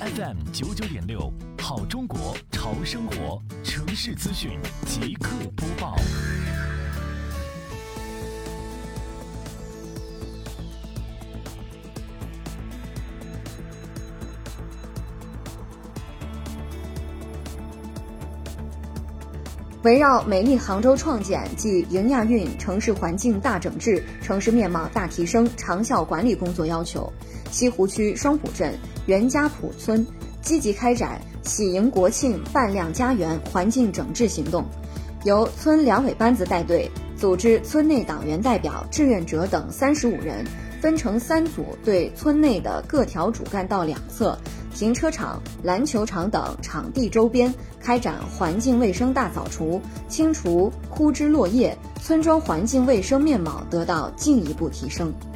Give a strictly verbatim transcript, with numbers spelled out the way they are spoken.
F M 九九点六，好中国，潮生活，城市资讯即刻播报。 围绕美丽杭州创建及迎亚运城市环境大整治、城市面貌大提升长效管理工作要求，西湖区双浦镇袁家堡村积极开展喜迎国庆扮靓家园环境整治行动，由村两委班子带队，组织村内党员代表、志愿者等三十五人，分成三组，对村内的各条主干道两侧、停车场、篮球场等场地周边开展环境卫生大扫除，清除枯枝落叶，村庄环境卫生面貌得到进一步提升。